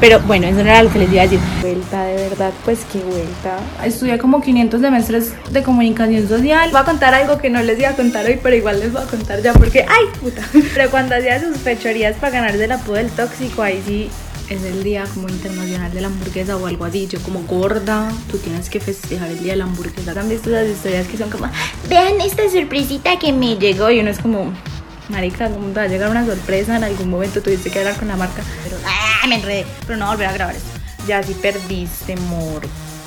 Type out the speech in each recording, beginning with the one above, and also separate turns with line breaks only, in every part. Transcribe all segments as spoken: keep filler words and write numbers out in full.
Pero bueno, eso no era lo que les iba a decir.
Vuelta, de verdad, pues qué vuelta.
Estudié como quinientos semestres de comunicación social.
Voy a contar algo que no les iba a contar hoy, pero igual les voy a contar ya porque, ¡ay, puta!
Pero cuando hacía sus fechorías para ganarse el apodo del tóxico, ahí sí es el día como internacional de la hamburguesa o algo así. Yo como gorda, tú tienes que festejar el día de la hamburguesa. ¿Han visto esas historias que son como, vean esta sorpresita que me llegó? Y uno es como, marica, ¿cómo te va a llegar una sorpresa? En algún momento tuviste que hablar con la marca. Pero, ¡ah, me enredé! Pero no volver a grabar esto. Ya sí perdiste, amor.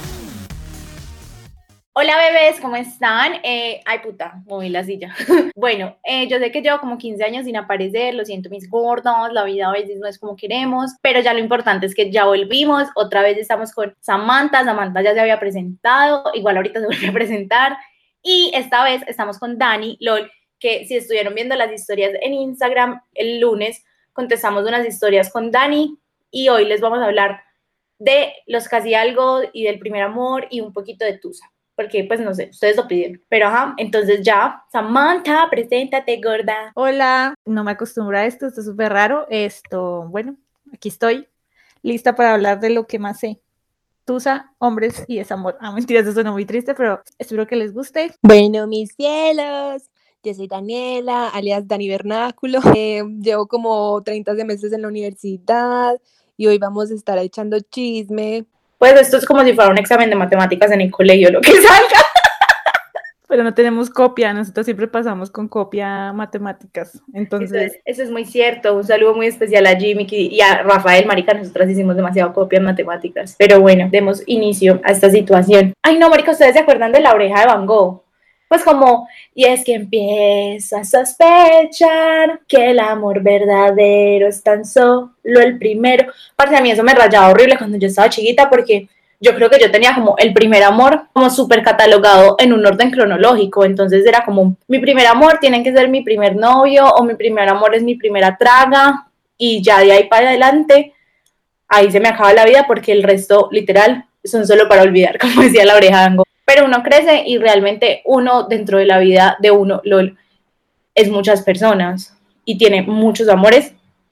Hola bebés, ¿cómo están? Eh, ay puta, moví la silla. Bueno, eh, yo sé que llevo como quince años sin aparecer, lo siento mis gordos, la vida a veces no es como queremos, pero ya lo importante es que ya volvimos, otra vez estamos con Samantha, Samantha ya se había presentado, igual ahorita se vuelve a presentar, y esta vez estamos con Dani, lol, que si estuvieron viendo las historias en Instagram el lunes, contestamos unas historias con Dani, y hoy les vamos a hablar de los casi algo y del primer amor y un poquito de Tusa. Porque, pues, no sé, ustedes lo pidieron. Pero, ajá, entonces ya, Samantha, preséntate, gorda.
Hola, no me acostumbro a esto, esto es súper raro. Esto, bueno, aquí estoy, lista para hablar de lo que más sé. Tusa, hombres y desamor. Ah, mentiras, eso suena muy triste, pero espero que les guste.
Bueno, mis cielos, yo soy Daniela, alias Dani Vernáculo. Eh, llevo como treinta semestres en la universidad y hoy vamos a estar echando chisme.
Pues esto es como si fuera un examen de matemáticas en el colegio, lo que salga.
Pero no tenemos copia, nosotros siempre pasamos con copia matemáticas, entonces...
Eso es, eso es muy cierto, un saludo muy especial a Jimmy y a Rafael, marica, nosotras hicimos demasiado copia en matemáticas. Pero bueno, demos inicio a esta situación. Ay no, marica, ¿ustedes se acuerdan de La Oreja de Van Gogh? Pues como, y es que empieza a sospechar que el amor verdadero es tan solo el primero. Parce, a mí eso me rayaba horrible cuando yo estaba chiquita porque yo creo que yo tenía como el primer amor como súper catalogado en un orden cronológico, entonces era como, mi primer amor tiene que ser mi primer novio, o mi primer amor es mi primera traga, y ya de ahí para adelante, ahí se me acaba la vida porque el resto, literal, son solo para olvidar, como decía La Oreja de Van Gogh. Pero uno crece y realmente uno dentro de la vida de uno, lol, es muchas personas y tiene muchos amores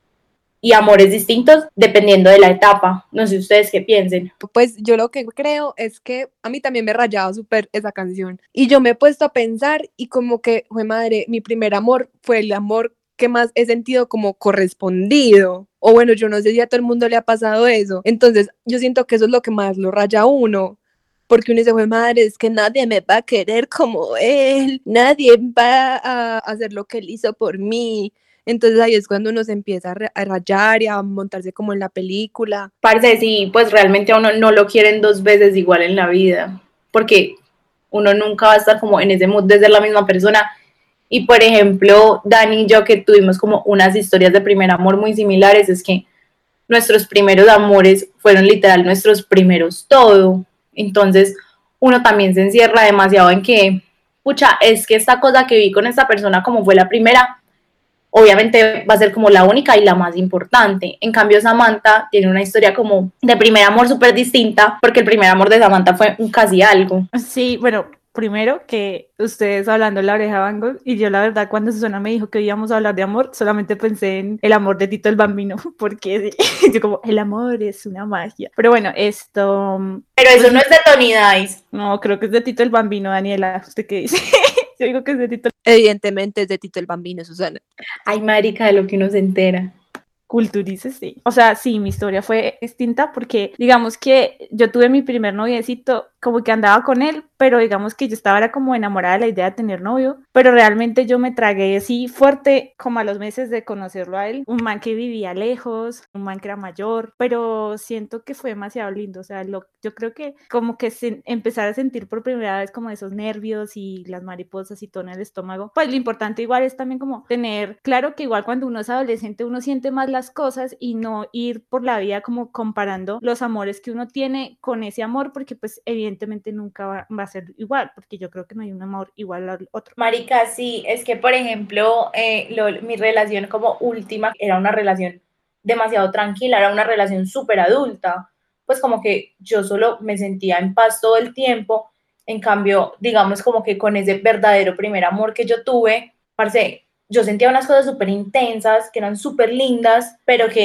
y amores distintos dependiendo de la etapa. No sé ustedes qué piensen.
Pues yo lo que creo es que a mí también me rayaba súper esa canción. Y yo me he puesto a pensar y como que, fue madre, mi primer amor fue el amor que más he sentido como correspondido. O bueno, yo no sé si a todo el mundo le ha pasado eso. Entonces yo siento que eso es lo que más lo raya a uno. Porque uno dice, fue madre, es que nadie me va a querer como él. Nadie va a hacer lo que él hizo por mí. Entonces ahí es cuando uno se empieza a, re- a rayar y a montarse como en la película.
Parce, sí, pues realmente a uno no lo quieren dos veces igual en la vida, porque uno nunca va a estar como en ese mood de ser la misma persona. Y por ejemplo, Dani y yo que tuvimos como unas historias de primer amor muy similares, es que nuestros primeros amores fueron literal nuestros primeros todo. Entonces uno también se encierra demasiado en que, pucha, es que esta cosa que vi con esta persona como fue la primera, obviamente va a ser como la única y la más importante. En cambio, Samantha tiene una historia como de primer amor súper distinta, porque el primer amor de Samantha fue un casi algo.
Sí, bueno, primero que ustedes hablando de La Oreja de Van Gogh, y yo la verdad cuando Susana me dijo que íbamos a hablar de amor, solamente pensé en el amor de Tito el Bambino, porque sí, yo como, el amor es una magia. Pero bueno, esto...
Pero eso no es de Tony Dice.
No, creo que es de Tito el Bambino, Daniela, ¿usted qué dice? Yo digo que es de Tito.
Evidentemente es de Tito el Bambino, Susana.
Ay, marica, de lo que uno se entera.
Culturice, sí. O sea, sí, mi historia fue distinta porque digamos que yo tuve mi primer noviecito, como que andaba con él, pero digamos que yo estaba era como enamorada de la idea de tener novio, pero realmente yo me tragué así fuerte como a los meses de conocerlo a él, un man que vivía lejos, un man que era mayor, pero siento que fue demasiado lindo, o sea, lo, yo creo que como que se, empezar a sentir por primera vez como esos nervios y las mariposas y todo en el estómago, pues lo importante igual es también como tener claro que igual cuando uno es adolescente uno siente más las cosas y no ir por la vida como comparando los amores que uno tiene con ese amor, porque pues evidentemente nunca va, va a ser igual, porque yo creo que no hay un amor igual al otro.
Marica, sí, es que por ejemplo, eh, lo, mi relación como última era una relación demasiado tranquila, era una relación súper adulta, pues como que yo solo me sentía en paz todo el tiempo, en cambio, digamos como que con ese verdadero primer amor que yo tuve, parce, yo sentía unas cosas súper intensas, que eran súper lindas, pero que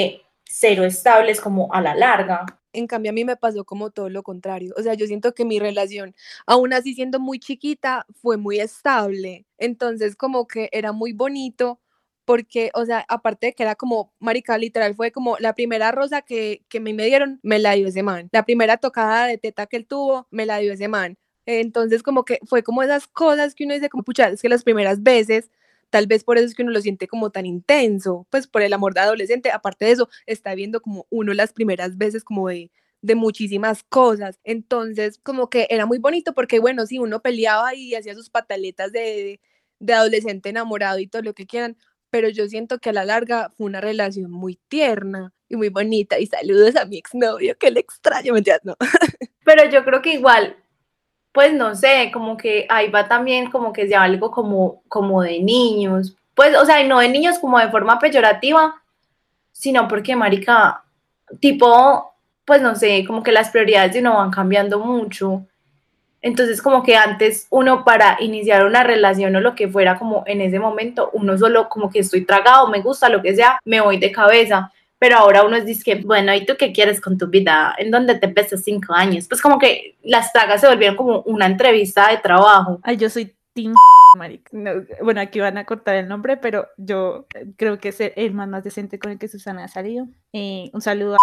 cero estables como a la larga.
En cambio, a mí me pasó como todo lo contrario. O sea, yo siento que mi relación, aún así siendo muy chiquita, fue muy estable. Entonces, como que era muy bonito porque, o sea, aparte de que era como, marica, literal, fue como la primera rosa que, que me, me dieron, me la dio ese man. La primera tocada de teta que él tuvo, me la dio ese man. Entonces, como que fue como esas cosas que uno dice, como, pucha, es que las primeras veces, tal vez por eso es que uno lo siente como tan intenso, pues por el amor de adolescente. Aparte de eso, está viendo como uno las primeras veces como de, de muchísimas cosas. Entonces, como que era muy bonito porque, bueno, sí, uno peleaba y hacía sus pataletas de, de adolescente enamorado y todo lo que quieran, pero yo siento que a la larga fue una relación muy tierna y muy bonita. Y saludos a mi exnovio, que le extraño, mentiras, no.
Pero yo creo que igual, pues no sé, como que ahí va también como que sea algo como, como de niños, pues, o sea, y no de niños como de forma peyorativa, sino porque, marica, tipo, pues no sé, como que las prioridades de uno van cambiando mucho. Entonces, como que antes uno para iniciar una relación o lo que fuera, como en ese momento, uno solo como que estoy tragado, me gusta, lo que sea, me voy de cabeza. Pero ahora uno es disque, bueno, ¿y tú qué quieres con tu vida? ¿En dónde te ves cinco años? Pues como que las tragas se volvieron como una entrevista de trabajo.
Ay, yo soy team marica. No, bueno, aquí van a cortar el nombre, pero yo creo que es el man más decente con el que Susana ha salido. Eh, un saludo a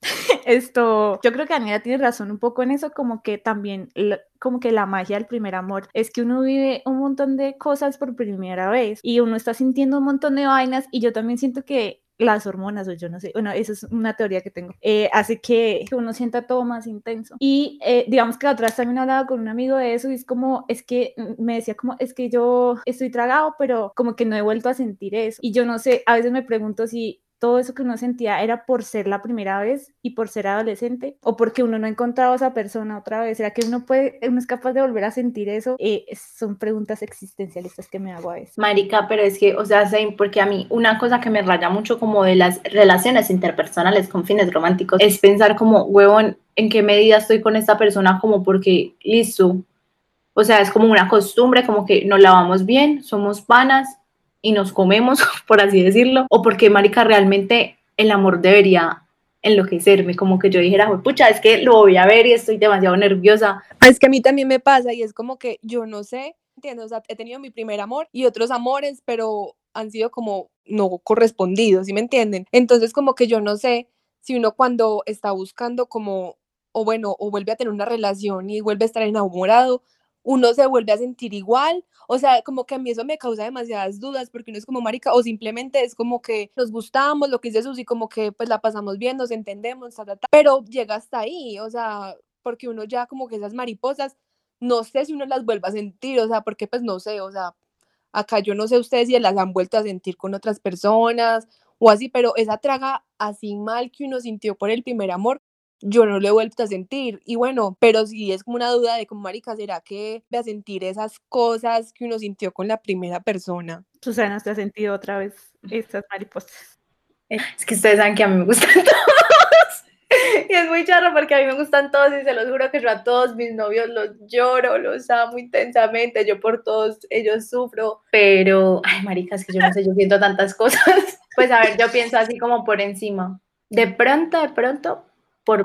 esto. Yo creo que Daniela tiene razón un poco en eso, como que también, como que la magia del primer amor es que uno vive un montón de cosas por primera vez y uno está sintiendo un montón de vainas, y yo también siento que las hormonas, o yo no sé, bueno, eso es una teoría que tengo, eh, hace que uno sienta todo más intenso. Y eh, digamos que la otra vez también hablaba con un amigo de eso y es como, es que me decía como, es que yo estoy tragado, pero como que no he vuelto a sentir eso. Y yo no sé, a veces me pregunto si todo eso que uno sentía era por ser la primera vez y por ser adolescente, o porque uno no ha encontrado a esa persona otra vez. ¿Será que uno puede, uno es capaz de volver a sentir eso? Eh, son preguntas existencialistas que me hago a veces.
Marica, pero es que, o sea, sé, porque a mí una cosa que me raya mucho como de las relaciones interpersonales con fines románticos es pensar como, huevón, ¿en qué medida estoy con esta persona? Como porque, listo, o sea, es como una costumbre, como que nos lavamos bien, somos panas y nos comemos, por así decirlo, o porque, marica, realmente el amor debería enloquecerme, como que yo dijera, pucha, es que lo voy a ver y estoy demasiado nerviosa.
Es que a mí también me pasa y es como que yo no sé, entiendo, o sea, he tenido mi primer amor y otros amores, pero han sido como no correspondidos, ¿sí me entienden? Entonces como que yo no sé si uno cuando está buscando como, o bueno, o vuelve a tener una relación y vuelve a estar enamorado, uno se vuelve a sentir igual. O sea, como que a mí eso me causa demasiadas dudas porque uno es como marica, o simplemente es como que nos gustamos, lo que dice Susi, como que pues la pasamos bien, nos entendemos, ta, ta, ta, pero llega hasta ahí, o sea, porque uno ya como que esas mariposas, no sé si uno las vuelva a sentir, o sea, porque pues no sé, o sea, acá yo no sé ustedes si las han vuelto a sentir con otras personas o así, pero esa traga así mal que uno sintió por el primer amor, yo no lo he vuelto a sentir. Y bueno, pero sí es como una duda de como, marica, ¿será que voy a sentir esas cosas que uno sintió con la primera persona?
Susana, ¿te has sentido otra vez estas mariposas?
Es que ustedes saben que a mí me gustan todos. Y es muy charro porque a mí me gustan todos y se los juro que yo a todos mis novios los lloro, los amo intensamente, yo por todos ellos sufro, pero, ay, marica, es que yo no sé, yo siento tantas cosas. Pues a ver, yo pienso así como por encima. De pronto, de pronto, por...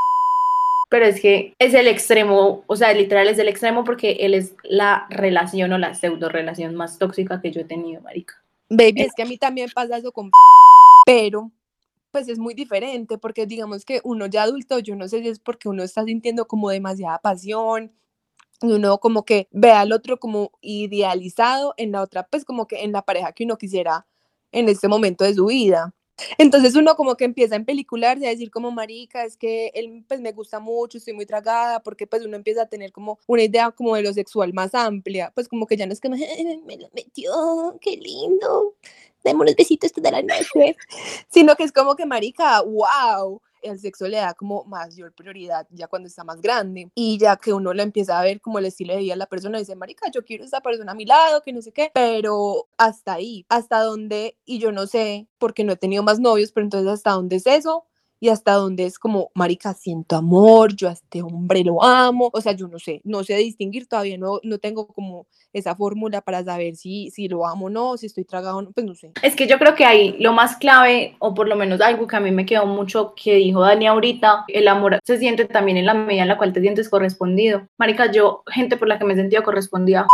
Pero es que es el extremo, o sea, literal es el extremo porque él es la relación o la pseudo relación más tóxica que yo he tenido, marica.
Baby, es que a mí también pasa eso con... Pero pues es muy diferente porque digamos que uno ya adulto, yo no sé si es porque uno está sintiendo como demasiada pasión y uno como que ve al otro como idealizado en la otra, pues como que en la pareja que uno quisiera en este momento de su vida. Entonces uno como que empieza a empelicularse, a decir como marica, es que él pues me gusta mucho, estoy muy tragada, porque pues uno empieza a tener como una idea como de lo sexual más amplia, pues como que ya no es que me, me lo metió, qué lindo, demos unos besitos toda la noche, sino que es como que marica, wow, el sexo le da como mayor prioridad ya cuando está más grande y ya que uno lo empieza a ver como el estilo de vida de la persona, dice, marica, yo quiero a esta persona a mi lado, que no sé qué, pero hasta ahí, hasta dónde, y yo no sé, porque no he tenido más novios, pero entonces hasta dónde es eso y hasta dónde es como, marica, siento amor, yo a este hombre lo amo, o sea, yo no sé, no sé distinguir, todavía no, no tengo como esa fórmula para saber si, si lo amo o no, si estoy tragado o no, pues no sé.
Es que yo creo que ahí lo más clave, o por lo menos algo que a mí me quedó mucho que dijo Dani ahorita, el amor se siente también en la medida en la cual te sientes correspondido. Marica, yo, gente por la que me he sentido correspondida,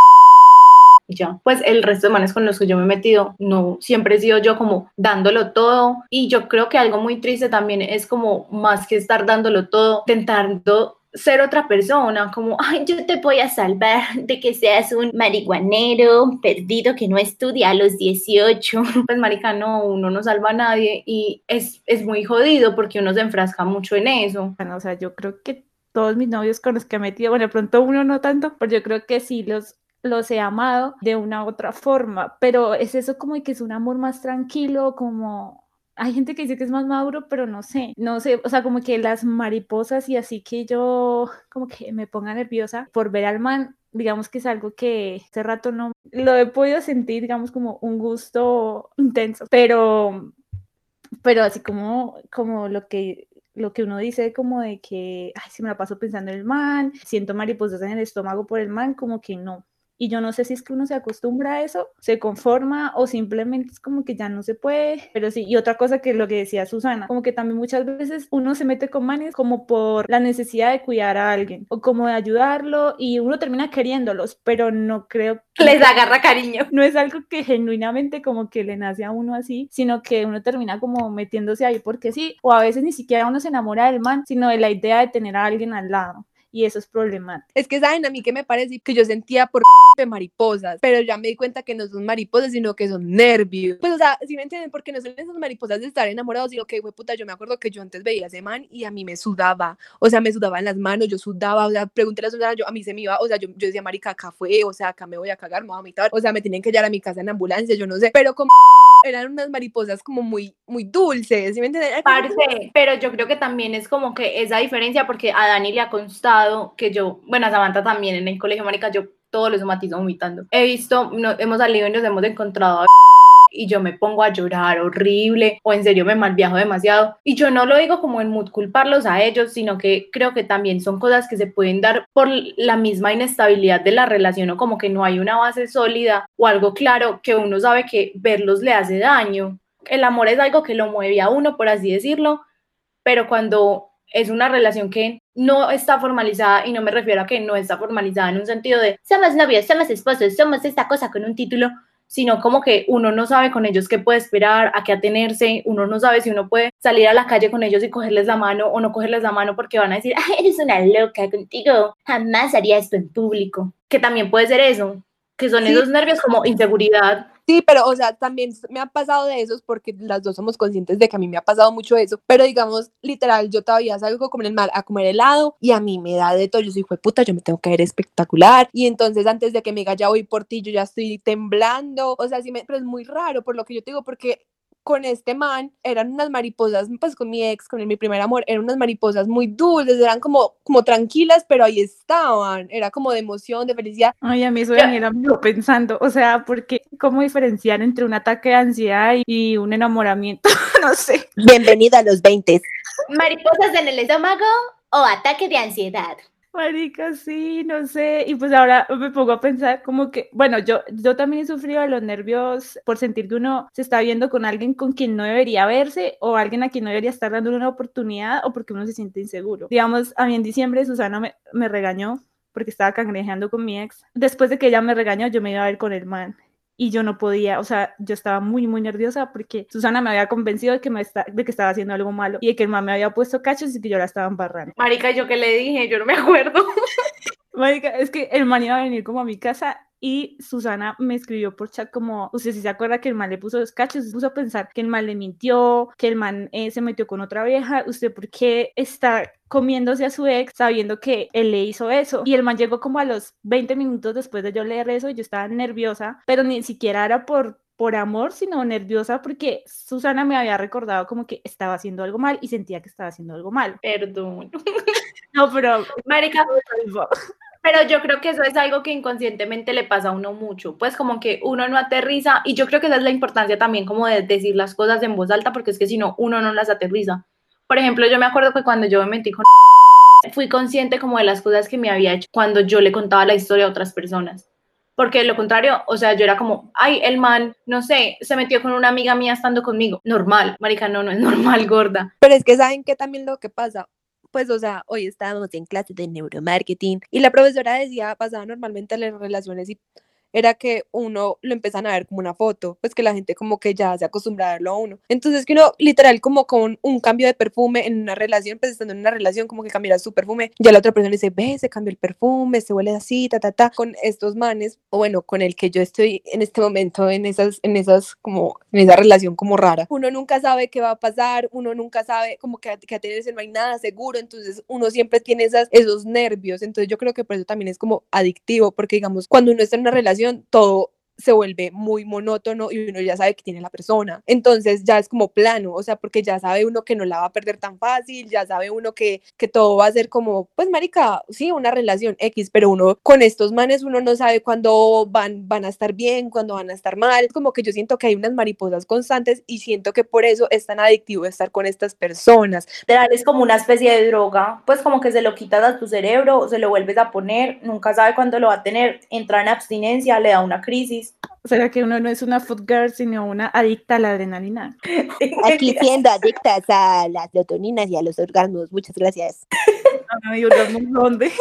y ya, pues el resto de manes con los que yo me he metido, no, siempre he sido yo como dándolo todo, y yo creo que algo muy triste también es como más que estar dándolo todo, intentando ser otra persona, como, ay, yo te voy a salvar de que seas un marihuanero perdido que no estudia a los dieciocho. Pues marica, no, uno no salva a nadie y es, es muy jodido porque uno se enfrasca mucho en eso.
Bueno, o sea, yo creo que todos mis novios con los que he metido, bueno, de pronto uno no tanto, pero yo creo que sí los los he amado de una u otra forma, pero es eso como de que es un amor más tranquilo, como hay gente que dice que es más maduro, pero no sé, no sé, o sea, como que las mariposas y así que yo como que me ponga nerviosa por ver al man, digamos que es algo que hace rato no lo he podido sentir, digamos como un gusto intenso, pero pero así como como lo que lo que uno dice como de que, ay, si me la paso pensando en el man, siento mariposas en el estómago por el man, como que no. Y yo no sé si es que uno se acostumbra a eso, se conforma o simplemente es como que ya no se puede, pero sí. Y otra cosa que es lo que decía Susana, como que también muchas veces uno se mete con manes como por la necesidad de cuidar a alguien o como de ayudarlo y uno termina queriéndolos, pero no creo que
les agarra cariño.
No es algo que genuinamente como que le nace a uno así, sino que uno termina como metiéndose ahí porque sí, o a veces ni siquiera uno se enamora del man, sino de la idea de tener a alguien al lado. Y eso es problemático.
Es que saben a mí que me parece que yo sentía por de mariposas, pero ya me di cuenta que no son mariposas, sino que son nervios. Pues, o sea, si me entienden, porque no son esas mariposas de estar enamorados, sino que, güey, puta, yo me acuerdo que yo antes veía a ese man y a mí me sudaba, o sea, me sudaba en las manos, yo sudaba, o sea, pregúntale a Susana, yo, a mí se me iba, o sea, yo, yo decía, marica, acá fue, o sea, acá me voy a cagar, me voy a vomitar, o sea, me tienen que llevar a mi casa en ambulancia, yo no sé, pero como eran unas mariposas como muy, muy dulces, ¿sí me entienden?
Parce, pero yo creo que también es como que esa diferencia, porque a Dani le ha constado que yo, bueno, a Samantha también en el colegio, marica, yo todos los somatizo vomitando. He visto, no, hemos salido y nos hemos encontrado y yo me pongo a llorar horrible, o en serio me malviajo demasiado, y yo no lo digo como en mood culparlos a ellos, sino que creo que también son cosas que se pueden dar por la misma inestabilidad de la relación, o como que no hay una base sólida o algo claro que uno sabe que verlos le hace daño. El amor es algo que lo mueve a uno, por así decirlo, pero cuando es una relación que no está formalizada, y no me refiero a que no está formalizada en un sentido de somos novios, somos esposos, somos esta cosa con un título, sino como que uno no sabe con ellos qué puede esperar, a qué atenerse, uno no sabe si uno puede salir a la calle con ellos y cogerles la mano o no cogerles la mano porque van a decir, ay, eres una loca, contigo jamás haría esto en público, que también puede ser eso, que son sí. Esos nervios como inseguridad.
Sí, pero, o sea, también me ha pasado de esos porque las dos somos conscientes de que a mí me ha pasado mucho eso, pero digamos, literal, yo todavía salgo como en el mar a comer helado y a mí me da de todo, yo soy, puta, yo me tengo que ver espectacular, y entonces antes de que me diga ya voy por ti, yo ya estoy temblando, o sea, sí me, pero es muy raro por lo que yo te digo, porque con este man eran unas mariposas, pues con mi ex, con el, mi primer amor, eran unas mariposas muy dulces, eran como, como tranquilas, pero ahí estaban, era como de emoción, de felicidad.
Ay, a mí eso Daniela me lo pensando, o sea, porque ¿cómo diferenciar entre un ataque de ansiedad y un enamoramiento? No sé.
Bienvenida a los veinte.
¿Mariposas en el estómago o ataque de ansiedad?
Marica, sí, no sé, y pues ahora me pongo a pensar como que, bueno, yo, yo también he sufrido de los nervios por sentir que uno se está viendo con alguien con quien no debería verse, o alguien a quien no debería estar dando una oportunidad, o porque uno se siente inseguro. Digamos, a mí en diciembre Susana me, me regañó porque estaba cangrejeando con mi ex. Después de que ella me regañó, yo me iba a ver con el man. Y yo no podía, o sea, yo estaba muy, muy nerviosa porque Susana me había convencido de que, me está, de que estaba haciendo algo malo y de que el man me había puesto cachos y que yo la estaba embarrando.
Marica, ¿yo qué le dije? Yo no me acuerdo.
Marica, es que el man iba a venir como a mi casa y Susana me escribió por chat como, usted si se acuerda que el man le puso los cachos, se puso a pensar que el man le mintió, que el man eh, se metió con otra vieja, usted por qué está comiéndose a su ex sabiendo que él le hizo eso. Y el man llegó como a los veinte minutos después de yo leer eso y yo estaba nerviosa, pero ni siquiera era por por amor, sino nerviosa porque Susana me había recordado como que estaba haciendo algo mal y sentía que estaba haciendo algo mal.
Perdón.
No, pero...
Marica, pero yo creo que eso es algo que inconscientemente le pasa a uno mucho, pues como que uno no aterriza, y yo creo que esa es la importancia también como de decir las cosas en voz alta, porque es que si no, uno no las aterriza, Por ejemplo, yo me acuerdo que cuando yo me metí con fui consciente como de las cosas que me había hecho cuando yo le contaba la historia a otras personas. Porque de lo contrario, o sea, yo era como, ay, el man, no sé, se metió con una amiga mía estando conmigo. Normal, marica, no, no es normal, gorda.
Pero es que ¿saben qué también lo que pasa? Pues, o sea, hoy estábamos en clases de neuromarketing y la profesora decía, pasaba normalmente las relaciones y era que uno lo empiezan a ver como una foto, pues que la gente como que ya se acostumbra a verlo a uno. Entonces que uno literal como con un cambio de perfume en una relación, pues estando en una relación como que cambiará su perfume, ya la otra persona dice, ve, se cambió el perfume, se huele así, ta, ta, ta, con estos manes, o bueno, con el que yo estoy en este momento en esas, en esas como, en esa relación como rara. Uno nunca sabe qué va a pasar, uno nunca sabe como que, que a tenerse no hay nada seguro, entonces uno siempre tiene esas, esos nervios, entonces yo creo que por eso también es como adictivo, porque digamos, cuando uno está en una relación, todo se vuelve muy monótono y uno ya sabe que tiene la persona, entonces ya es como plano, o sea, porque ya sabe uno que no la va a perder tan fácil, ya sabe uno que, que todo va a ser como, pues marica, sí, una relación X, pero uno con estos manes uno no sabe cuándo van, van a estar bien, cuándo van a estar mal, como que yo siento que hay unas mariposas constantes y siento que por eso es tan adictivo estar con estas personas.
Es como una especie de droga, pues como que se lo quitas a tu cerebro, se lo vuelves a poner, nunca sabe cuándo lo va a tener, entra en abstinencia, le da una crisis.
O sea, que uno no es una food girl, sino una adicta a la adrenalina.
Aquí siendo adictas a las serotonina y a los orgasmos. Muchas gracias.
Ay, orgasmos, ¿dónde?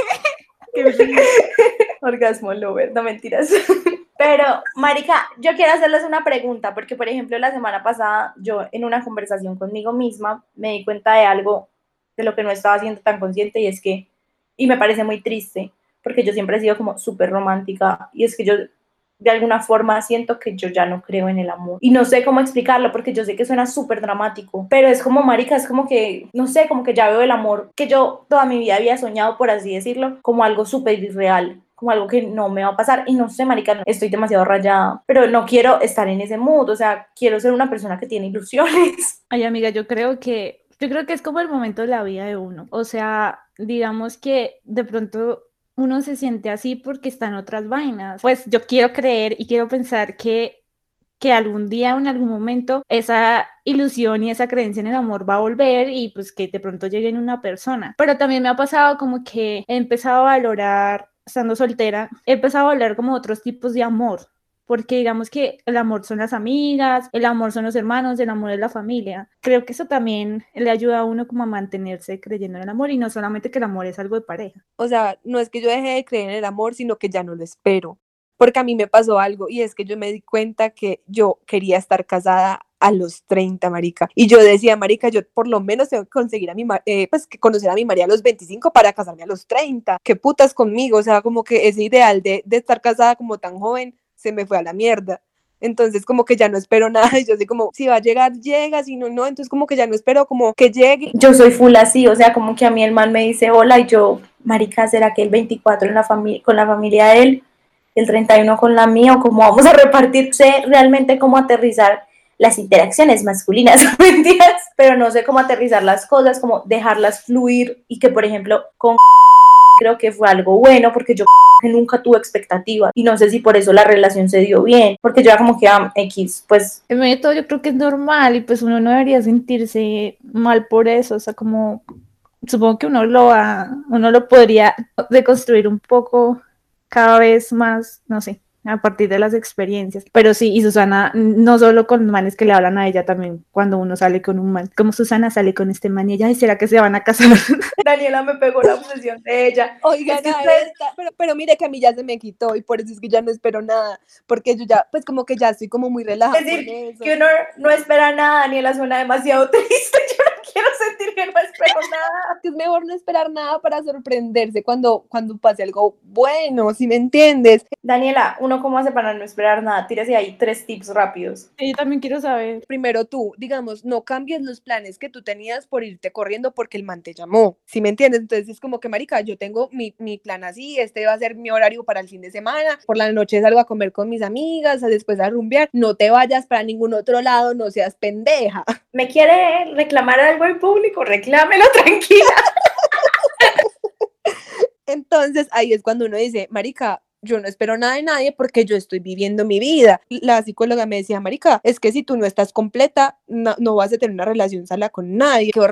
Orgasmo lover, no mentiras. Pero, marica, yo quiero hacerles una pregunta, porque, por ejemplo, la semana pasada, yo en una conversación conmigo misma me di cuenta de algo de lo que no estaba siendo tan consciente, y es que, y me parece muy triste, porque yo siempre he sido como súper romántica, y es que yo, de alguna forma, siento que yo ya no creo en el amor. Y no sé cómo explicarlo, porque yo sé que suena súper dramático, pero es como, marica, es como que, no sé, como que ya veo el amor que yo toda mi vida había soñado, por así decirlo, como algo súper irreal, como algo que no me va a pasar, y no sé, marica, estoy demasiado rayada, pero no quiero estar en ese mood, o sea, quiero ser una persona que tiene ilusiones.
Ay, amiga, yo creo que, yo creo que es como el momento de la vida de uno, o sea, digamos que de pronto uno se siente así porque está en otras vainas, pues yo quiero creer y quiero pensar que que algún día o en algún momento esa ilusión y esa creencia en el amor va a volver y pues que de pronto llegue en una persona. Pero también me ha pasado como que he empezado a valorar, estando soltera, he empezado a valorar como otros tipos de amor, porque digamos que el amor son las amigas, el amor son los hermanos, el amor es la familia. Creo que eso también le ayuda a uno como a mantenerse creyendo en el amor y no solamente que el amor es algo de pareja.
O sea, no es que yo deje de creer en el amor, sino que ya no lo espero. Porque a mí me pasó algo y es que yo me di cuenta que yo quería estar casada a los treinta, marica. Y yo decía, marica, yo por lo menos tengo que conseguir a mi, eh, pues que conocer a mi María a los veinticinco para casarme a los treinta. ¿Qué putas conmigo? O sea, como que ese ideal de, de estar casada como tan joven se me fue a la mierda. Entonces como que ya no espero nada y yo así como, si va a llegar, llega, si no, no, entonces como que ya no espero como que llegue.
Yo soy full así, o sea, como que a mí el man me dice hola y yo, marica, ¿será que el veinticuatro en la fami- con la familia de él, el treinta y uno con la mía, o cómo vamos a repartir? Sé realmente cómo aterrizar las interacciones masculinas, mentiras, pero no sé cómo aterrizar las cosas, como dejarlas fluir, y que, por ejemplo, con creo que fue algo bueno, porque yo nunca tuve expectativas, y no sé si por eso la relación se dio bien, porque yo era como que ah, X, pues...
En medio de todo yo creo que es normal, y pues uno no debería sentirse mal por eso, o sea, como... Supongo que uno lo va, uno lo podría deconstruir un poco cada vez más, no sé, a partir de las experiencias. Pero sí, y Susana, no solo con manes que le hablan a ella, también cuando uno sale con un man, como Susana sale con este man y ella, ¿y será que se van a casar?
Daniela me pegó la obsesión de ella.
Oigan,
Es que
a
ustedes-
esta, pero, pero mire que a mí ya se me quitó y por eso es que ya no espero nada, porque yo ya, pues como que ya estoy como muy relajada
Es
con
decir,
eso.
que uno no espera nada, Daniela suena demasiado triste, yo no quiero sentir que no espero nada.
Que es mejor no esperar nada para sorprenderse cuando, cuando pase algo bueno, ¿sí me entiendes?
Daniela, ¿uno cómo hace para no esperar nada? Tírese ahí tres tips rápidos.
Sí, yo también quiero saber.
Primero tú, digamos, no cambies los planes que tú tenías por irte corriendo porque el man te llamó, ¿sí me entiendes? Entonces es como que, marica, yo tengo mi, mi plan así, este va a ser mi horario para el fin de semana, por la noche salgo a comer con mis amigas, después a rumbear, no te vayas para ningún otro lado, no seas pendeja.
¿Me quiere reclamar algo en público? Reclámelo, tranquila.
Entonces ahí es cuando uno dice, marica, yo no espero nada de nadie porque yo estoy viviendo mi vida. La psicóloga me decía, marica, es que si tú no estás completa, no, no vas a tener una relación sana con nadie. Qué horror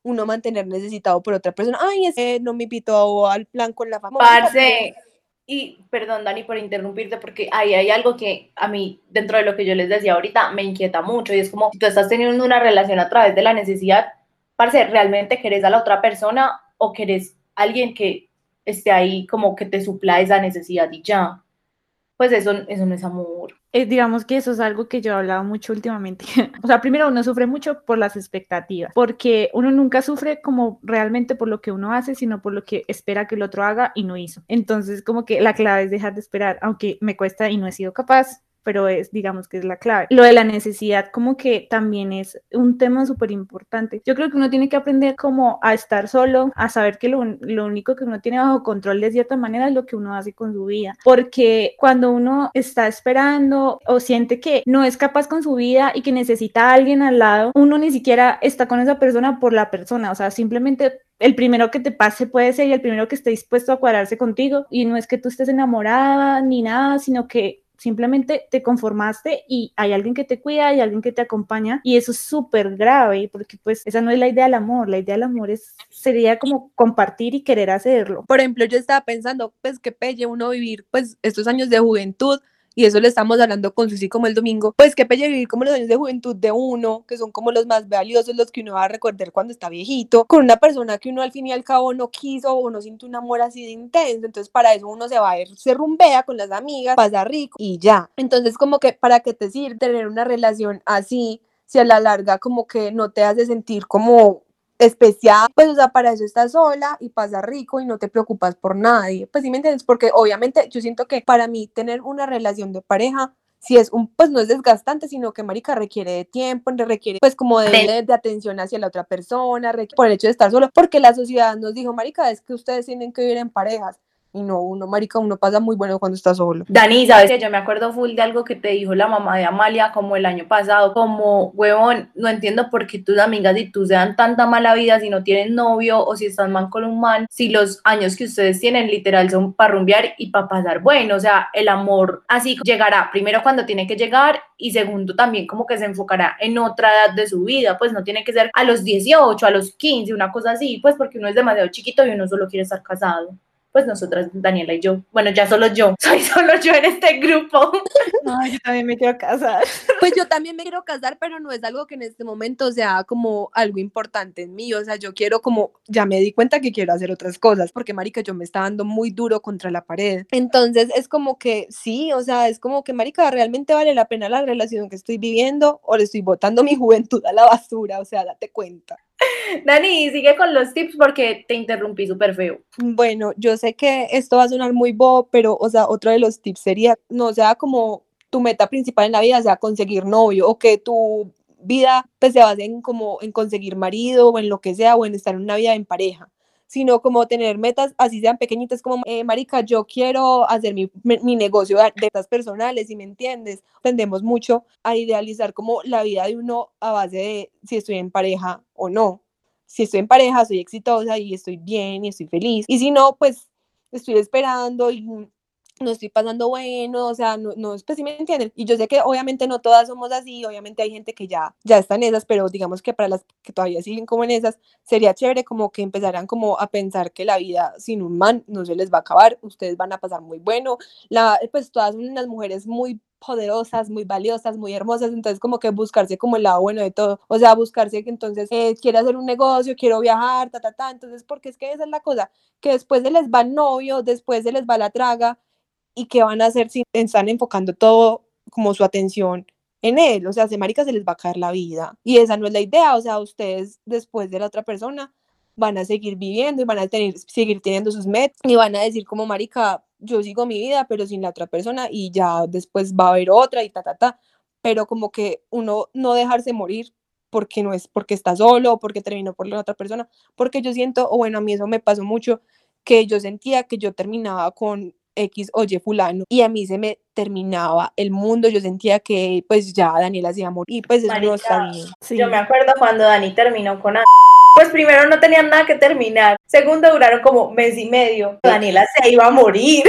uno mantener necesitado por otra persona. Ay, es que no me invitó al plan con la familia.
Parce, y perdón, Dani, por interrumpirte, porque ahí hay algo que a mí, dentro de lo que yo les decía ahorita, me inquieta mucho, y es como, si tú estás teniendo una relación a través de la necesidad, parce, ¿realmente querés a la otra persona o querés a alguien que esté ahí como que te supla esa necesidad y ya? Pues eso, eso no es amor.
Eh, digamos que eso es algo que yo he hablado mucho últimamente. O sea, primero uno sufre mucho por las expectativas, porque uno nunca sufre como realmente por lo que uno hace, sino por lo que espera que el otro haga y no hizo. Entonces, como que la clave es dejar de esperar, aunque me cuesta y no he sido capaz, pero es, digamos que es la clave. Lo de la necesidad como que también es un tema súper importante. Yo creo que uno tiene que aprender como a estar solo, a saber que lo, lo único que uno tiene bajo control de cierta manera es lo que uno hace con su vida, porque cuando uno está esperando o siente que no es capaz con su vida y que necesita a alguien al lado, uno ni siquiera está con esa persona por la persona, o sea, simplemente el primero que te pase puede ser y el primero que esté dispuesto a cuadrarse contigo, y no es que tú estés enamorada ni nada, sino que simplemente te conformaste y hay alguien que te cuida, hay alguien que te acompaña, y eso es súper grave, porque pues esa no es la idea del amor. La idea del amor es, sería como compartir y querer hacerlo.
Por ejemplo, yo estaba pensando, pues que pelle uno vivir pues estos años de juventud, y eso le estamos hablando con Susi como el domingo, pues que pelle vivir como los años de juventud de uno, que son como los más valiosos, los que uno va a recordar cuando está viejito, con una persona que uno al fin y al cabo no quiso o no siente un amor así de intenso. Entonces para eso uno se va a ir, se rumbea con las amigas, pasa rico y ya. Entonces como que para qué te sirve tener una relación así si a la larga como que no te hace sentir como especial, pues o sea, para eso estás sola y pasa rico y no te preocupas por nadie, pues sí me entiendes, porque obviamente yo siento que para mí tener una relación de pareja, si es un, pues no es desgastante, sino que marica requiere de tiempo, requiere pues como de, de, de atención hacia la otra persona, requiere, por el hecho de estar solo, porque la sociedad nos dijo, marica, es que ustedes tienen que vivir en parejas. Y no, uno, marica, uno pasa muy bueno cuando está solo.
Dani, ¿sabes qué? Yo me acuerdo full de algo que te dijo la mamá de Amalia como el año pasado, como, huevón, no entiendo por qué tus amigas y tú se dan tanta mala vida si no tienen novio o si están mal con un man, si los años que ustedes tienen literal son para rumbear y para pasar bueno. O sea, el amor así llegará primero cuando tiene que llegar, y segundo también como que se enfocará en otra edad de su vida, pues no tiene que ser a los dieciocho, a los quince, una cosa así, pues porque uno es demasiado chiquito y uno solo quiere estar casado. Pues nosotras, Daniela y yo. Bueno, ya solo yo. Soy solo yo en este grupo.
No, yo también me quiero casar.
Pues yo también me quiero casar, pero no es algo que en este momento sea como algo importante en mí. O sea, yo quiero como, ya me di cuenta que quiero hacer otras cosas, porque marica, yo me estaba dando muy duro contra la pared. Entonces es como que sí, o sea, es como que marica, ¿realmente vale la pena la relación que estoy viviendo o le estoy botando mi juventud a la basura? O sea, date cuenta.
Dani, sigue con los tips porque te interrumpí súper feo.
Bueno, yo sé que esto va a sonar muy bobo, pero, o sea, otro de los tips sería, no sea como tu meta principal en la vida sea conseguir novio, o que tu vida pues se base en como en conseguir marido o en lo que sea, o en estar en una vida en pareja, sino como tener metas así sean pequeñitas, como, eh, marica, yo quiero hacer mi, mi negocio de metas personales, ¿si me entiendes? Tendemos mucho a idealizar como la vida de uno a base de si estoy en pareja o no. Si estoy en pareja, soy exitosa y estoy bien y estoy feliz. Y si no, pues estoy esperando y no estoy pasando bueno, o sea, no, no, pues sí me entienden. Y yo sé que obviamente no todas somos así, obviamente hay gente que ya, ya está en esas, pero digamos que para las que todavía siguen como en esas, sería chévere como que empezaran como a pensar que la vida sin un man no se les va a acabar, ustedes van a pasar muy bueno. La, pues todas son unas mujeres muy poderosas, muy valiosas, muy hermosas, entonces como que buscarse como el lado bueno de todo, o sea, buscarse que entonces eh, quiere hacer un negocio, quiero viajar, ta, ta, ta, entonces porque es que esa es la cosa, que después se les va el novio, después se les va la traga, y qué van a hacer si están enfocando todo como su atención en él, o sea, se marica se les va a caer la vida, y esa no es la idea, o sea, ustedes después de la otra persona van a seguir viviendo y van a tener, seguir teniendo sus metas y van a decir como marica, yo sigo mi vida pero sin la otra persona y ya después va a haber otra y ta, ta, ta, pero como que uno no dejarse morir porque no es porque está solo o porque terminó por la otra persona, porque yo siento, o bueno, a mí eso me pasó mucho, que yo sentía que yo terminaba con X o Y fulano y a mí se me terminaba el mundo, yo sentía que pues ya Daniela se iba a morir y pues eso
Marica,
no está bien.
Sí. Yo me acuerdo cuando Dani terminó con a... Pues primero no tenían nada que terminar, segundo duraron como mes y medio, Daniela se iba a morir.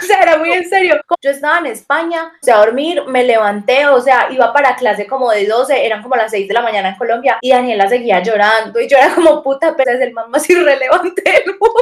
O sea, era muy en serio. Yo estaba en España, o sea, a dormir, me levanté, o sea, iba para clase como de doce, eran como las seis de la mañana en Colombia, y Daniela seguía llorando, y yo era como, puta, pero es el man más irrelevante del mundo.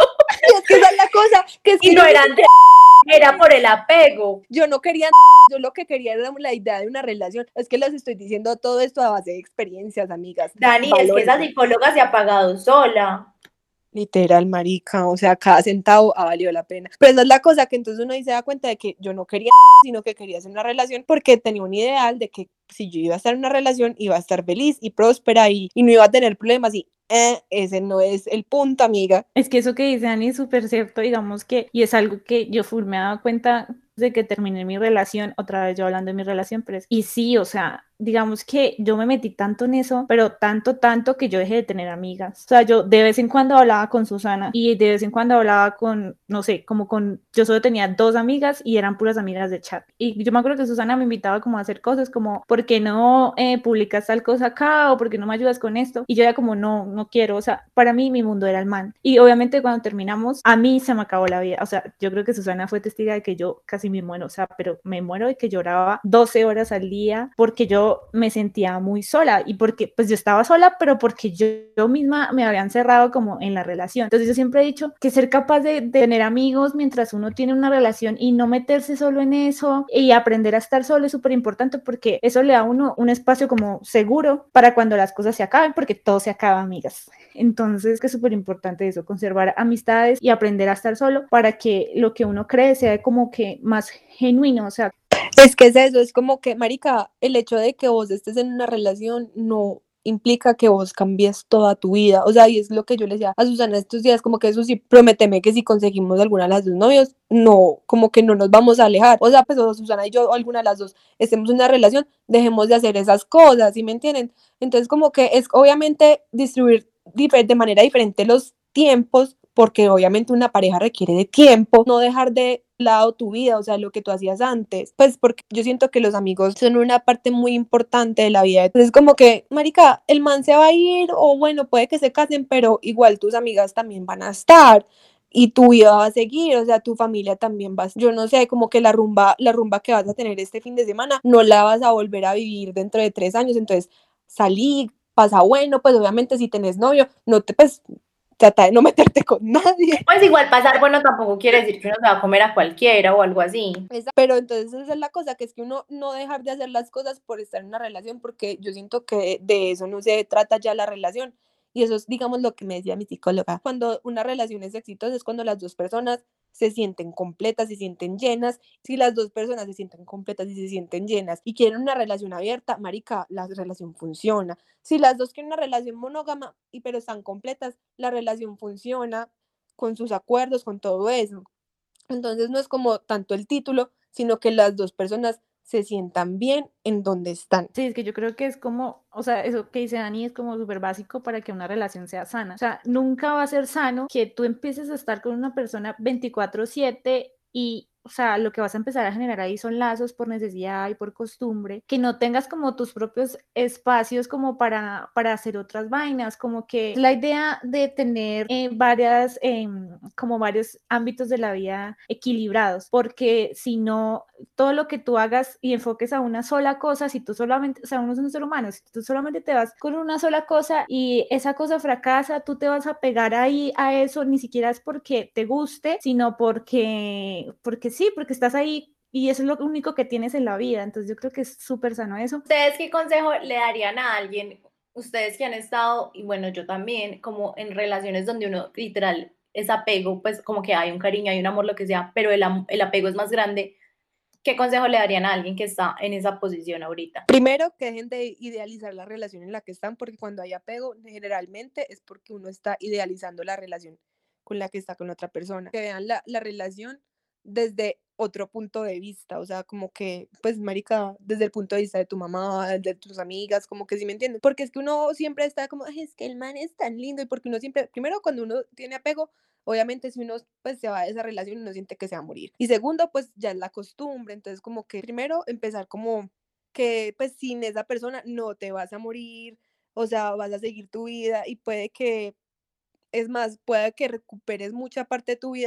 Y es que esa es la cosa, que es que
Y no
yo,
eran de... era por el apego.
yo no quería, yo lo que quería era la idea de una relación. Es que les estoy diciendo todo esto a base de experiencias, amigas.
Dani, es que esa
Valórenlo.
psicóloga se ha pagado sola.
Literal, marica, o sea, cada centavo ha valido la pena. Pero esa es la cosa, que entonces uno ahí se da cuenta de que yo no quería, sino que quería hacer una relación porque tenía un ideal de que si yo iba a estar en una relación, iba a estar feliz y próspera y, y no iba a tener problemas y eh, ese no es el punto, amiga.
Es que eso que dice Ani es súper cierto, digamos que, y es algo que yo full me he dado cuenta de que terminé mi relación, otra vez yo hablando de mi relación, pero es, y sí, o sea, digamos que yo me metí tanto en eso, pero tanto, tanto que yo dejé de tener amigas. O sea, yo de vez en cuando hablaba con Susana y de vez en cuando hablaba con, no sé, como con, yo solo tenía dos amigas y eran puras amigas de chat. Y yo me acuerdo que Susana me invitaba como a hacer cosas como, ¿por qué no eh, publicas tal cosa acá? ¿O por qué no me ayudas con esto? Y yo era como, no, no quiero. O sea, para mí mi mundo era el man. Y obviamente cuando terminamos, a mí se me acabó la vida. O sea, yo creo que Susana fue testiga de que yo casi me muero. O sea, pero me muero de que lloraba doce horas al día porque yo me sentía muy sola y porque pues yo estaba sola, pero porque yo, yo misma me había encerrado como en la relación. Entonces yo siempre he dicho que ser capaz de, de tener amigos mientras uno tiene una relación y no meterse solo en eso y aprender a estar solo es súper importante porque eso le da a uno un espacio como seguro para cuando las cosas se acaben, porque todo se acaba, amigas. Entonces que es súper importante eso, conservar amistades y aprender a estar solo para que lo que uno cree sea como que más genuino, o sea,
es que es eso, es como que, marica, el hecho de que vos estés en una relación no implica que vos cambies toda tu vida, o sea, y es lo que yo le decía a Susana estos días, como que eso sí, prométeme que si conseguimos alguna de las dos novios, no, como que no nos vamos a alejar, o sea, pues o Susana y yo, o alguna de las dos, estemos en una relación, dejemos de hacer esas cosas, ¿sí me entienden? Entonces, como que es obviamente distribuir de manera diferente los tiempos, porque obviamente una pareja requiere de tiempo, no dejar de lado tu vida, o sea, lo que tú hacías antes, pues porque yo siento que los amigos son una parte muy importante de la vida, entonces como que, marica, el man se va a ir, o bueno, puede que se casen, pero igual tus amigas también van a estar, y tu vida va a seguir, o sea, tu familia también va, yo no sé, como que la rumba, la rumba que vas a tener este fin de semana, no la vas a volver a vivir dentro de tres años, entonces salí, pasa bueno, pues obviamente si tenés novio, no te, pues, trata de no meterte con nadie.
Pues igual pasar, bueno, tampoco quiere decir que uno se va a comer a cualquiera o algo así.
Pero entonces esa es la cosa, que es que uno no dejar de hacer las cosas por estar en una relación, porque yo siento que de eso no se trata ya la relación. Y eso es, digamos, lo que me decía mi psicóloga. Cuando una relación es exitosa es cuando las dos personas se sienten completas, se sienten llenas. Si las dos personas se sienten completas y se sienten llenas y quieren una relación abierta, marica, la relación funciona. Si las dos quieren una relación monógama y pero están completas, la relación funciona con sus acuerdos, con todo eso. Entonces no es como tanto el título, sino que las dos personas se sientan bien en donde están.
Sí, es que yo creo que es como, o sea, eso que dice Dani es como súper básico para que una relación sea sana. O sea, nunca va a ser sano que tú empieces a estar con una persona veinticuatro siete y, o sea, lo que vas a empezar a generar ahí son lazos por necesidad y por costumbre, que no tengas como tus propios espacios como para, para hacer otras vainas, como que la idea de tener eh, varias, eh, como varios ámbitos de la vida equilibrados, porque si no, todo lo que tú hagas y enfoques a una sola cosa, si tú solamente, o sea, uno es un ser humano, si tú solamente te vas con una sola cosa y esa cosa fracasa, tú te vas a pegar ahí a eso, ni siquiera es porque te guste, sino porque, porque sí, porque estás ahí y eso es lo único que tienes en la vida, entonces yo creo que es súper sano eso.
¿Ustedes qué consejo le darían a alguien, ustedes que han estado, y bueno, yo también, como en relaciones donde uno literal es apego, pues como que hay un cariño, hay un amor, lo que sea, pero el, el apego es más grande? ¿Qué consejo le darían a alguien que está en esa posición ahorita?
Primero, que dejen de idealizar la relación en la que están, porque cuando hay apego, generalmente es porque uno está idealizando la relación con la que está con otra persona. Que vean la, la relación desde otro punto de vista, o sea, como que, pues, marica, desde el punto de vista de tu mamá, de tus amigas, como que sí me entiendes, porque es que uno siempre está como, ay, es que el man es tan lindo, y porque uno siempre, primero, cuando uno tiene apego, obviamente si uno pues se va de esa relación uno siente que se va a morir. Y segundo, pues ya es la costumbre, entonces como que primero empezar como que pues sin esa persona no te vas a morir, o sea, vas a seguir tu vida y puede que, es más, puede que recuperes mucha parte de tu vida,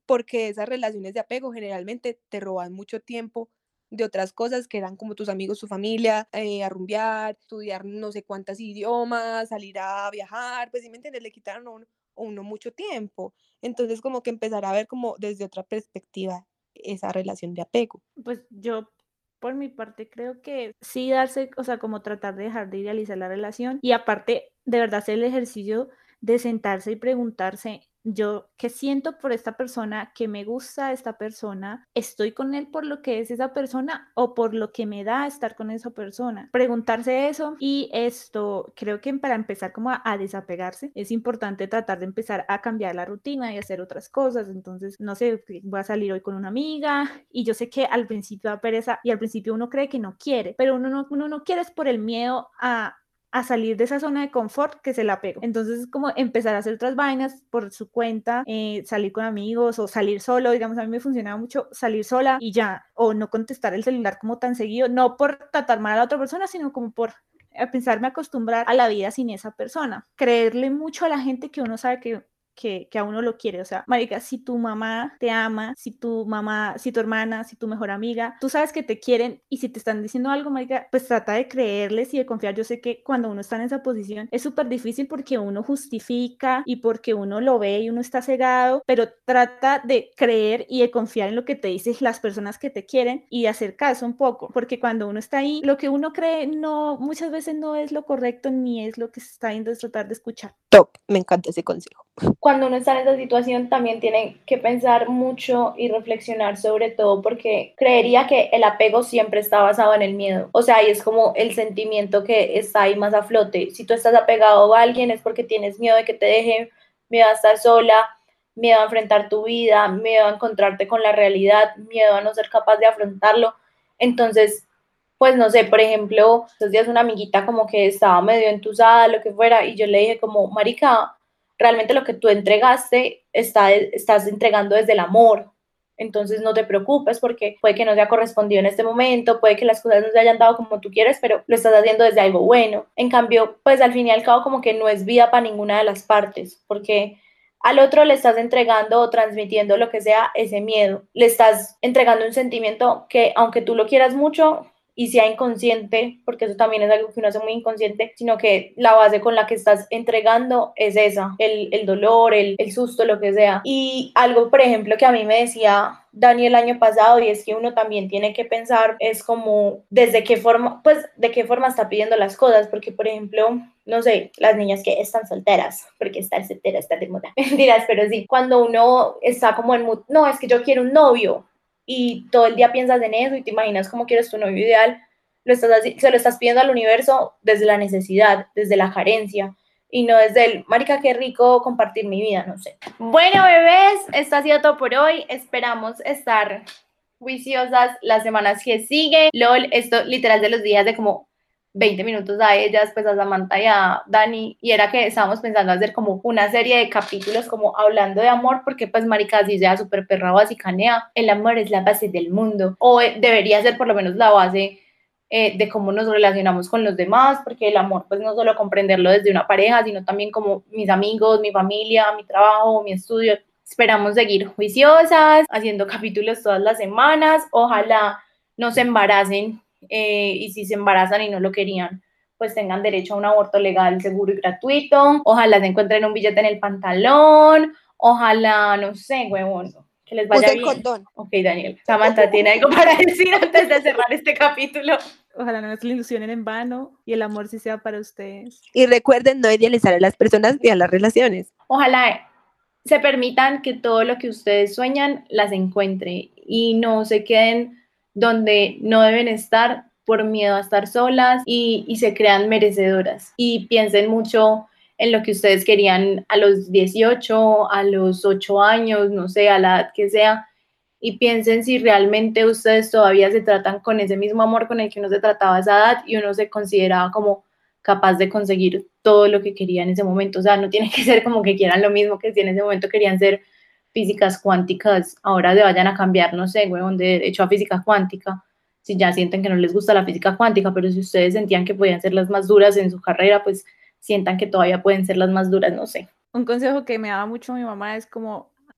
porque esas relaciones de apego generalmente te roban mucho tiempo de otras cosas que eran como tus amigos, tu familia, eh, a rumbear, estudiar no sé cuántos idiomas, salir a viajar, pues sí me entiendes, le quitaron a uno, a uno mucho tiempo. Entonces como que empezar a ver como desde otra perspectiva esa relación de apego.
Pues yo, por mi parte, creo que sí darse, o sea, como tratar de dejar de idealizar la relación y aparte, de verdad, hacer el ejercicio de sentarse y preguntarse, yo, ¿qué siento por esta persona? ¿Qué me gusta esta persona? ¿Estoy con él por lo que es esa persona o por lo que me da estar con esa persona? Preguntarse eso y esto, creo que para empezar como a, a desapegarse, es importante tratar de empezar a cambiar la rutina y hacer otras cosas. Entonces, no sé, voy a salir hoy con una amiga y yo sé que al principio da pereza y al principio uno cree que no quiere, pero uno no, uno no quiere es por el miedo a a salir de esa zona de confort que se la pegó. Entonces es como empezar a hacer otras vainas por su cuenta, eh, salir con amigos o salir solo, digamos, a mí me funcionaba mucho salir sola y ya, o no contestar el celular como tan seguido, no por tratar mal a la otra persona, sino como por a pensarme acostumbrar a la vida sin esa persona. Creerle mucho a la gente que uno sabe que Que, que a uno lo quiere, o sea, marica, si tu mamá te ama, si tu mamá, si tu hermana, si tu mejor amiga, tú sabes que te quieren y si te están diciendo algo, marica, pues trata de creerles y de confiar. Yo sé que cuando uno está en esa posición es súper difícil porque uno justifica y porque uno lo ve y uno está cegado, pero trata de creer y de confiar en lo que te dicen las personas que te quieren y de hacer caso un poco, porque cuando uno está ahí, lo que uno cree no, muchas veces no es lo correcto ni es lo que se está yendo, es tratar de escuchar.
Top, me encanta ese consejo.
Cuando uno está en esa situación también tiene que pensar mucho y reflexionar sobre todo porque creería que el apego siempre está basado en el miedo. O sea, y es como el sentimiento que está ahí más a flote. Si tú estás apegado a alguien es porque tienes miedo de que te deje, miedo a estar sola, miedo a enfrentar tu vida, miedo a encontrarte con la realidad, miedo a no ser capaz de afrontarlo. Entonces, pues no sé, por ejemplo, estos días una amiguita como que estaba medio entusada, lo que fuera, y yo le dije como, marica, realmente lo que tú entregaste está, estás entregando desde el amor, entonces no te preocupes porque puede que no sea correspondido en este momento, puede que las cosas no se hayan dado como tú quieres, pero lo estás haciendo desde algo bueno. En cambio, pues al fin y al cabo como que no es vida para ninguna de las partes, porque al otro le estás entregando o transmitiendo lo que sea ese miedo, le estás entregando un sentimiento que aunque tú lo quieras mucho, y sea inconsciente, porque eso también es algo que uno hace muy inconsciente, sino que la base con la que estás entregando es esa, el, el dolor, el, el susto, lo que sea. Y algo, por ejemplo, que a mí me decía Dani el año pasado, y es que uno también tiene que pensar, es como, desde qué forma, pues, de qué forma está pidiendo las cosas, porque, por ejemplo, no sé, las niñas que están solteras, porque estar soltera está de moda, mentiras, pero sí, cuando uno está como en mood, no, es que yo quiero un novio, y todo el día piensas en eso y te imaginas cómo quieres tu novio ideal, lo estás, se lo estás pidiendo al universo desde la necesidad, desde la carencia, y no desde el, marica, qué rico compartir mi vida, no sé. Bueno, bebés, esto ha sido todo por hoy, esperamos estar juiciosas las semanas que siguen. LOL, esto literal de los días de como veinte minutos a ellas, pues a Samantha y a Dani, y era que estábamos pensando hacer como una serie de capítulos como hablando de amor, porque pues marica, así sea súper perra basicanea, el amor es la base del mundo, o eh, debería ser por lo menos la base eh, de cómo nos relacionamos con los demás, porque el amor pues no solo comprenderlo desde una pareja, sino también como mis amigos, mi familia, mi trabajo, mi estudio. Esperamos seguir juiciosas, haciendo capítulos todas las semanas, ojalá no se embaracen, eh, y si se embarazan y no lo querían, pues tengan derecho a un aborto legal, seguro y gratuito, ojalá se encuentren un billete en el pantalón, ojalá, no sé, huevón, que les vaya
Usen
bien.
condón.
Ok, Daniel. Samantha, ¿tiene algo para decir antes de cerrar este capítulo?
Ojalá no se le ilusionen en vano y el amor sí sea para ustedes.
Y recuerden no idealizar a las personas ni a las relaciones.
Ojalá se permitan que todo lo que ustedes sueñan las encuentre y no se queden donde no deben estar por miedo a estar solas y, y se crean merecedoras y piensen mucho en lo que ustedes querían a los dieciocho, a los ocho años, no sé, a la edad que sea, y piensen si realmente ustedes todavía se tratan con ese mismo amor con el que uno se trataba a esa edad y uno se consideraba como capaz de conseguir todo lo que quería en ese momento. O sea, no tiene que ser como que quieran lo mismo que si en ese momento querían ser físicas cuánticas, ahora se vayan a cambiar, no sé, huevón, de hecho a física cuántica, si ya sienten que no les gusta la física cuántica, pero si ustedes sentían que podían ser las más duras en su carrera, pues sientan que todavía pueden ser las más duras, no sé.
Un consejo que me daba mucho mi mamá es como,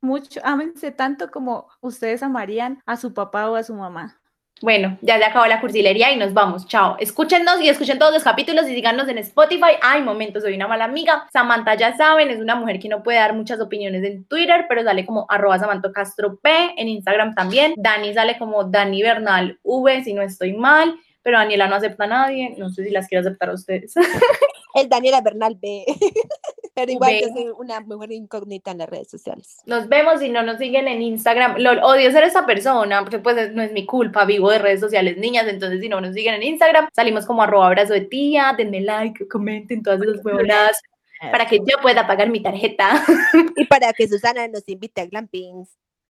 mucho, ámense tanto como ustedes amarían a su papá o a su mamá.
Bueno, ya se acabó la cursilería y nos vamos. Chao. Escúchenos y escuchen todos los capítulos y síganos en Spotify. Ay, momentos, soy una mala amiga. Samantha, ya saben, es una mujer que no puede dar muchas opiniones en Twitter, pero sale como arroba Samantha Castro P, en Instagram también. Dani sale como Dani Bernal V, si no estoy mal, pero Daniela no acepta a nadie. No sé si las quiero aceptar a ustedes.
Es Daniela Bernal B. Pero igual
V.
yo soy una mujer incógnita en las redes sociales.
Nos vemos y no nos siguen en Instagram. Lol, odio ser esa persona, porque pues no es mi culpa, vivo de redes sociales, niñas. Entonces, si no nos siguen en Instagram, salimos como arroba abrazo de tía, denme like, comenten todas esas huevonadas para que yo pueda pagar mi tarjeta.
Y para que Susana nos invite a glampings.